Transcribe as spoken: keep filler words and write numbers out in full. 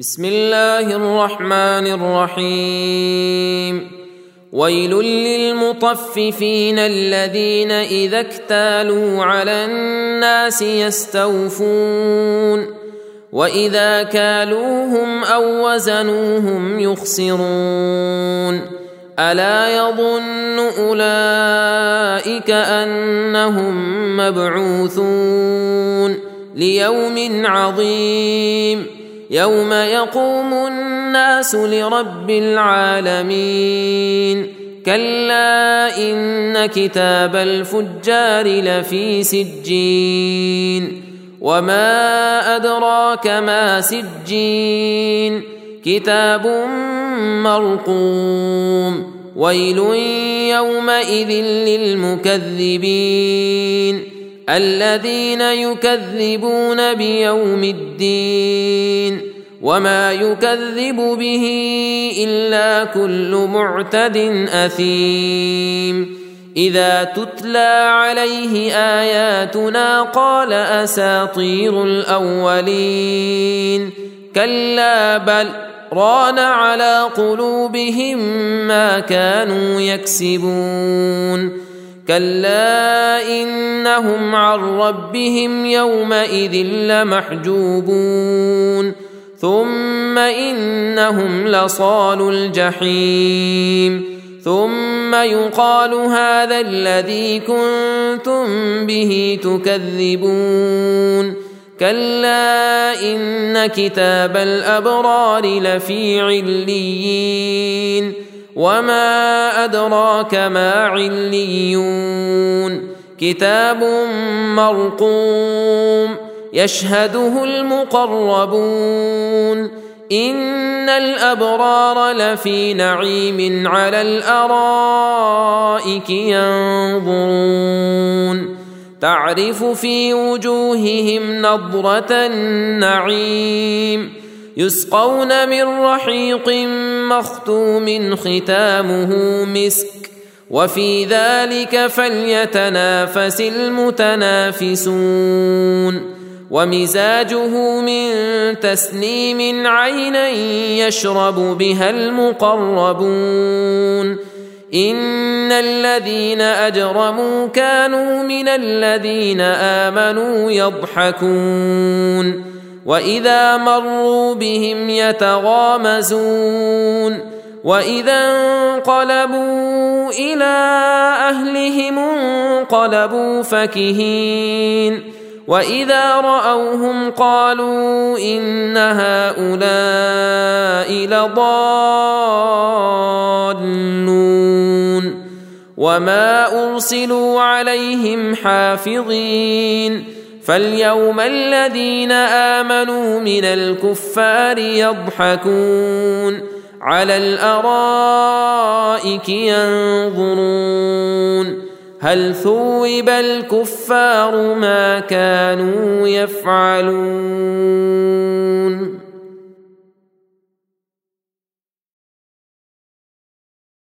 بسم الله الرحمن الرحيم. ويل للمطففين الذين إذا اكتالوا على الناس يستوفون وإذا كالوهم أو وزنوهم يخسرون ألا يظن أولئك أنهم مبعوثون ليوم عظيم يوم يقوم الناس لرب العالمين كلا إن كتاب الفجار لفي سجين وما أدراك ما سجين كتاب مرقوم ويل يومئذ للمكذبين الذين يكذبون بيوم الدين وما يكذب به إلا كل معتد أثيم إذا تتلى عليه آياتنا قال أساطير الأولين كلا بل ران على قلوبهم ما كانوا يكسبون كلا إنهم عن ربهم يومئذ لمحجوبون ثم إنهم لصالوا الجحيم ثم يقال هذا الذي كنتم به تكذبون كلا إن كتاب الأبرار لفي عليين وما أدراك ما عليون كتاب مرقوم يشهده المقربون إن الأبرار لفي نعيم على الأرائك ينظرون تعرف في وجوههم نضرة النعيم يسقون من رحيق مختوم ختامه مسك وفي ذلك فليتنافس المتنافسون ومزاجه من تسنيم عينا يشرب بها المقربون إن الذين أجرموا كانوا من الذين آمنوا يضحكون وإذا مروا بهم يتغامزون وإذا انقلبوا إلى أهلهم انقلبوا فكهين وإذا رأوهم قالوا إن هؤلاء لضالون وما أرسلوا عليهم حافظين فاليوم الذين آمنوا من الكفار يضحكون على الأرائك ينظرون هل ثوب الكفار ما كانوا يفعلون